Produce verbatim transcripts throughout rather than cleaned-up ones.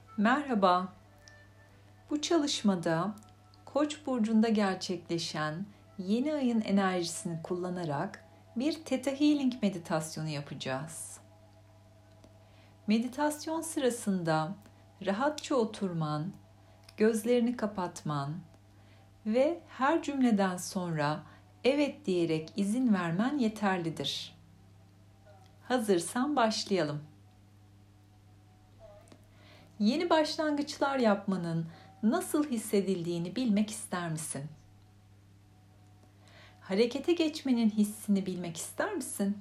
Merhaba. Bu çalışmada Koç burcunda gerçekleşen yeni ayın enerjisini kullanarak bir Theta Healing meditasyonu yapacağız. Meditasyon sırasında rahatça oturman, gözlerini kapatman ve her cümleden sonra evet diyerek izin vermen yeterlidir. Hazırsan başlayalım. Yeni başlangıçlar yapmanın nasıl hissedildiğini bilmek ister misin? Harekete geçmenin hissini bilmek ister misin?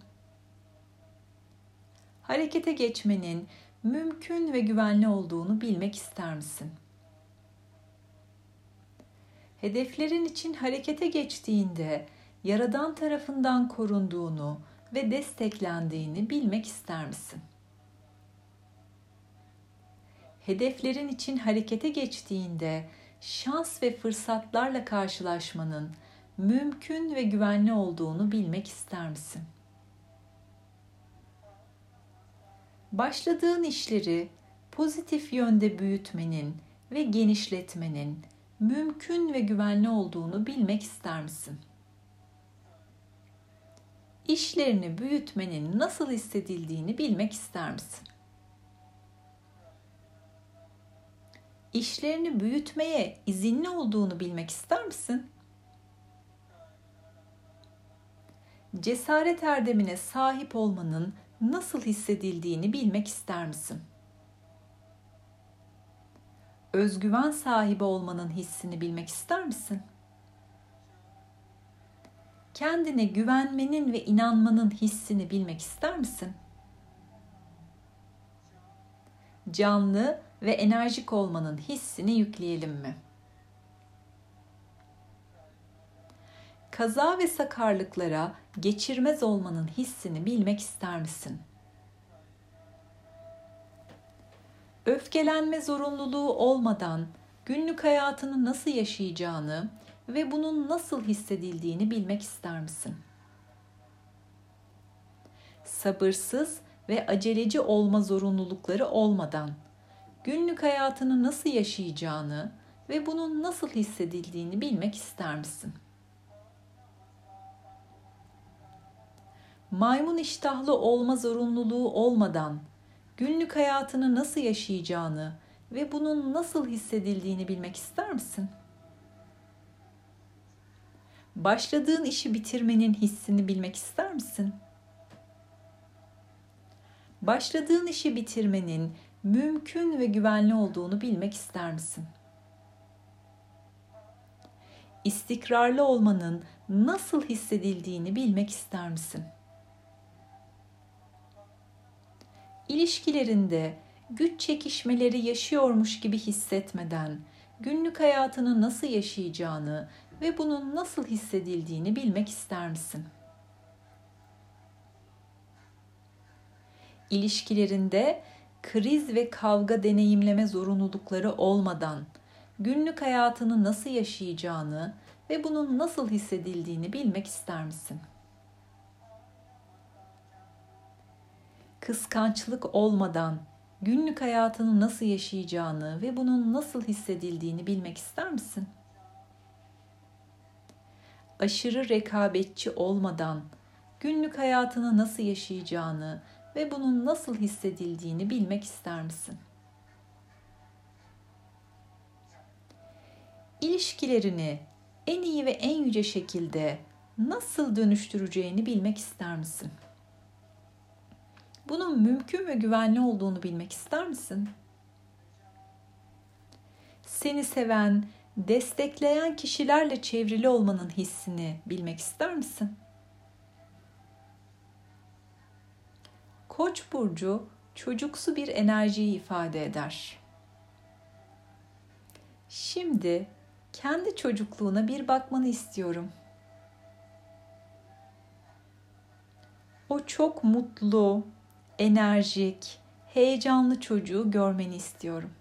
Harekete geçmenin mümkün ve güvenli olduğunu bilmek ister misin? Hedeflerin için harekete geçtiğinde Yaradan tarafından korunduğunu ve desteklendiğini bilmek ister misin? Hedeflerin için harekete geçtiğinde şans ve fırsatlarla karşılaşmanın mümkün ve güvenli olduğunu bilmek ister misin? Başladığın işleri pozitif yönde büyütmenin ve genişletmenin mümkün ve güvenli olduğunu bilmek ister misin? İşlerini büyütmenin nasıl hissedildiğini bilmek ister misin? İşlerini büyütmeye izinli olduğunu bilmek ister misin? Cesaret erdemine sahip olmanın nasıl hissedildiğini bilmek ister misin? Özgüven sahibi olmanın hissini bilmek ister misin? Kendine güvenmenin ve inanmanın hissini bilmek ister misin? Canlı ve enerjik olmanın hissini yükleyelim mi? Kaza ve sakarlıklara geçirmez olmanın hissini bilmek ister misin? Öfkelenme zorunluluğu olmadan günlük hayatını nasıl yaşayacağını ve bunun nasıl hissedildiğini bilmek ister misin? Sabırsız ve aceleci olma zorunlulukları olmadan günlük hayatını nasıl yaşayacağını ve bunun nasıl hissedildiğini bilmek ister misin? Maymun iştahlı olma zorunluluğu olmadan günlük hayatını nasıl yaşayacağını ve bunun nasıl hissedildiğini bilmek ister misin? Başladığın işi bitirmenin hissini bilmek ister misin? Başladığın işi bitirmenin mümkün ve güvenli olduğunu bilmek ister misin? İstikrarlı olmanın nasıl hissedildiğini bilmek ister misin? İlişkilerinde güç çekişmeleri yaşıyormuş gibi hissetmeden günlük hayatını nasıl yaşayacağını ve bunun nasıl hissedildiğini bilmek ister misin? İlişkilerinde kriz ve kavga deneyimleme zorunlulukları olmadan günlük hayatını nasıl yaşayacağını ve bunun nasıl hissedildiğini bilmek ister misin? Kıskançlık olmadan günlük hayatını nasıl yaşayacağını ve bunun nasıl hissedildiğini bilmek ister misin? Aşırı rekabetçi olmadan günlük hayatını nasıl yaşayacağını ve bunun nasıl hissedildiğini bilmek ister misin? İlişkilerini en iyi ve en yüce şekilde nasıl dönüştüreceğini bilmek ister misin? Bunun mümkün ve güvenli olduğunu bilmek ister misin? Seni seven, destekleyen kişilerle çevrili olmanın hissini bilmek ister misin? Koç burcu çocuksu bir enerjiyi ifade eder. Şimdi kendi çocukluğuna bir bakmanı istiyorum. O çok mutlu, enerjik, heyecanlı çocuğu görmeni istiyorum.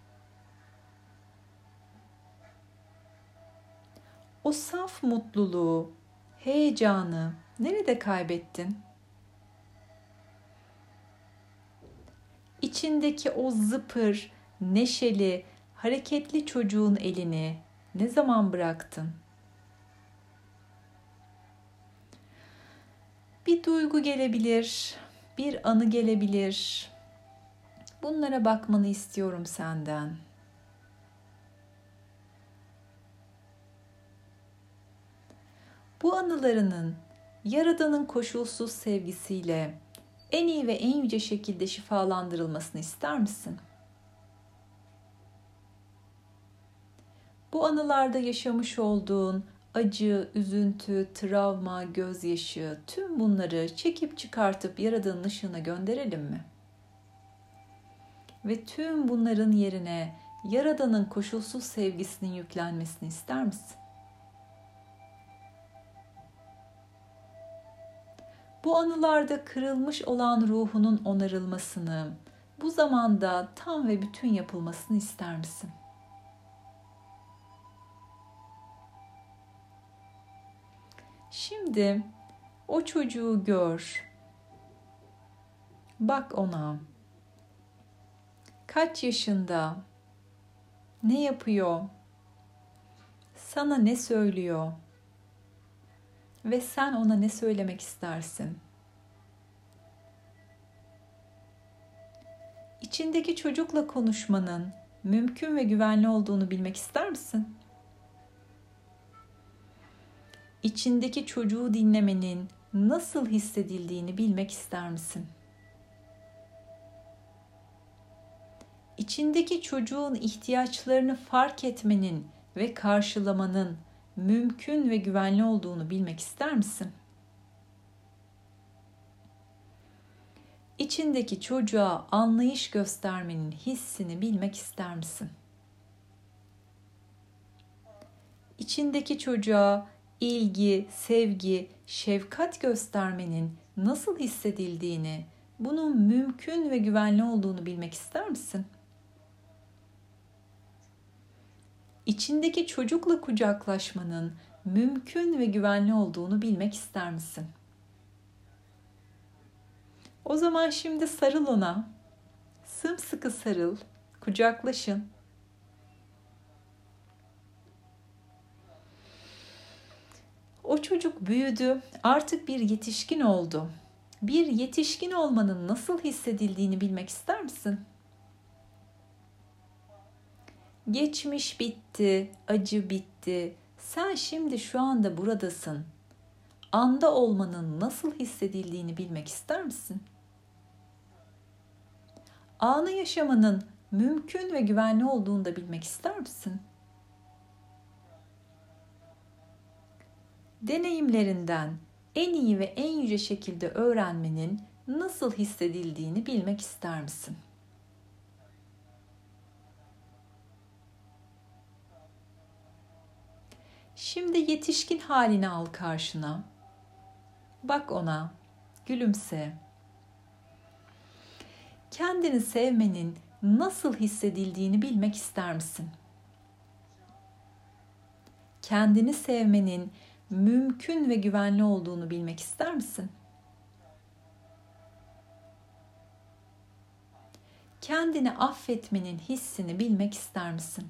O saf mutluluğu, heyecanı nerede kaybettin? İçindeki o zıpır, neşeli, hareketli çocuğun elini ne zaman bıraktın? Bir duygu gelebilir, bir anı gelebilir. Bunlara bakmanı istiyorum senden. Bu anılarının Yaradan'ın koşulsuz sevgisiyle en iyi ve en yüce şekilde şifalandırılmasını ister misin? Bu anılarda yaşamış olduğun acı, üzüntü, travma, gözyaşı, tüm bunları çekip çıkartıp Yaradan'ın ışığına gönderelim mi? Ve tüm bunların yerine Yaradan'ın koşulsuz sevgisinin yüklenmesini ister misin? Bu anılarda kırılmış olan ruhunun onarılmasını, bu zamanda tam ve bütün yapılmasını ister misin? Şimdi o çocuğu gör. Bak ona. Kaç yaşında? Ne yapıyor? Sana ne söylüyor? Ve sen ona ne söylemek istersin? İçindeki çocukla konuşmanın mümkün ve güvenli olduğunu bilmek ister misin? İçindeki çocuğu dinlemenin nasıl hissedildiğini bilmek ister misin? İçindeki çocuğun ihtiyaçlarını fark etmenin ve karşılamanın mümkün ve güvenli olduğunu bilmek ister misin? İçindeki çocuğa anlayış göstermenin hissini bilmek ister misin? İçindeki çocuğa ilgi, sevgi, şefkat göstermenin nasıl hissedildiğini, bunun mümkün ve güvenli olduğunu bilmek ister misin? İçindeki çocukla kucaklaşmanın mümkün ve güvenli olduğunu bilmek ister misin? O zaman şimdi sarıl ona. Sımsıkı sarıl, kucaklaşın. O çocuk büyüdü, artık bir yetişkin oldu. Bir yetişkin olmanın nasıl hissedildiğini bilmek ister misin? Geçmiş bitti, acı bitti. Sen şimdi şu anda buradasın. Anda olmanın nasıl hissedildiğini bilmek ister misin? Anı yaşamanın mümkün ve güvenli olduğunu da bilmek ister misin? Deneyimlerinden en iyi ve en yüce şekilde öğrenmenin nasıl hissedildiğini bilmek ister misin? Şimdi yetişkin halini al karşına. Bak ona, gülümse. Kendini sevmenin nasıl hissedildiğini bilmek ister misin? Kendini sevmenin mümkün ve güvenli olduğunu bilmek ister misin? Kendini affetmenin hissini bilmek ister misin?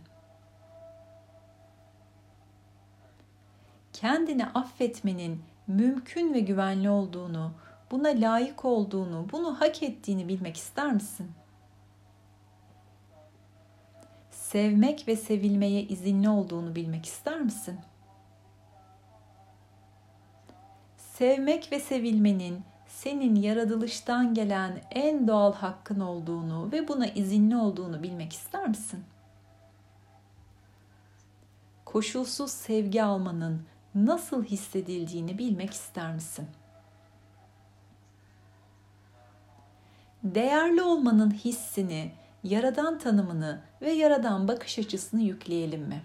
Kendini affetmenin mümkün ve güvenli olduğunu, buna layık olduğunu, bunu hak ettiğini bilmek ister misin? Sevmek ve sevilmeye izinli olduğunu bilmek ister misin? Sevmek ve sevilmenin senin yaratılıştan gelen en doğal hakkın olduğunu ve buna izinli olduğunu bilmek ister misin? Koşulsuz sevgi almanın nasıl hissedildiğini bilmek ister misin? Değerli olmanın hissini, yaradan tanımını ve yaradan bakış açısını yükleyelim mi?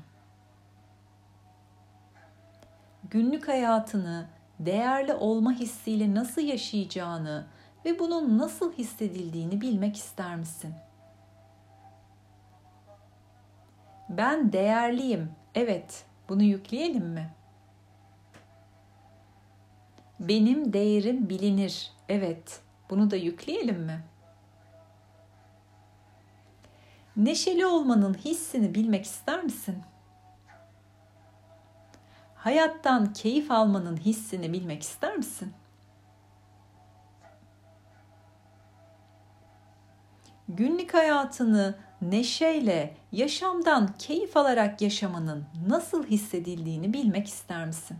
Günlük hayatını değerli olma hissiyle nasıl yaşayacağını ve bunun nasıl hissedildiğini bilmek ister misin? Ben değerliyim. Evet, bunu yükleyelim mi? Benim değerim bilinir. Evet, bunu da yükleyelim mi? Neşeli olmanın hissini bilmek ister misin? Hayattan keyif almanın hissini bilmek ister misin? Günlük hayatını neşeyle, yaşamdan keyif alarak yaşamanın nasıl hissedildiğini bilmek ister misin?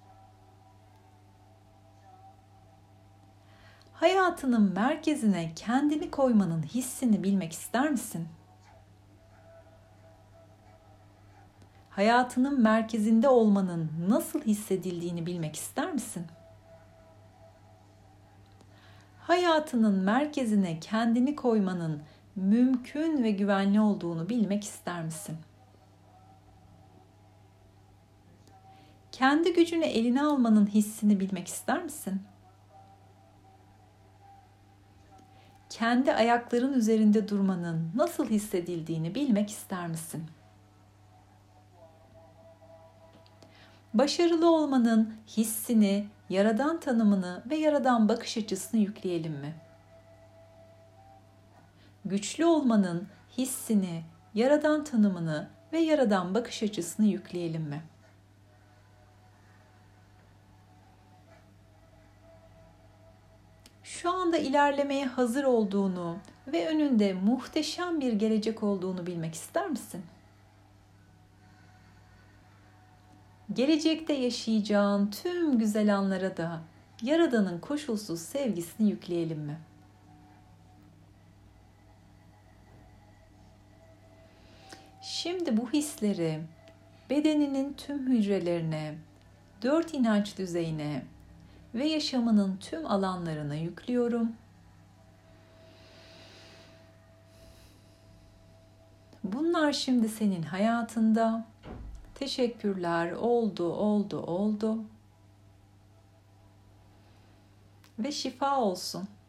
Hayatının merkezine kendini koymanın hissini bilmek ister misin? Hayatının merkezinde olmanın nasıl hissedildiğini bilmek ister misin? Hayatının merkezine kendini koymanın mümkün ve güvenli olduğunu bilmek ister misin? Kendi gücünü eline almanın hissini bilmek ister misin? Kendi ayakların üzerinde durmanın nasıl hissedildiğini bilmek ister misin? Başarılı olmanın hissini, yaradan tanımını ve yaradan bakış açısını yükleyelim mi? Güçlü olmanın hissini, yaradan tanımını ve yaradan bakış açısını yükleyelim mi? Şu anda ilerlemeye hazır olduğunu ve önünde muhteşem bir gelecek olduğunu bilmek ister misin? Gelecekte yaşayacağın tüm güzel anlara da Yaradan'ın koşulsuz sevgisini yükleyelim mi? Şimdi bu hisleri bedeninin tüm hücrelerine, dört inanç düzeyine ve yaşamının tüm alanlarına yüklüyorum. Bunlar şimdi senin hayatında. Teşekkürler, oldu, oldu, oldu. Ve şifa olsun.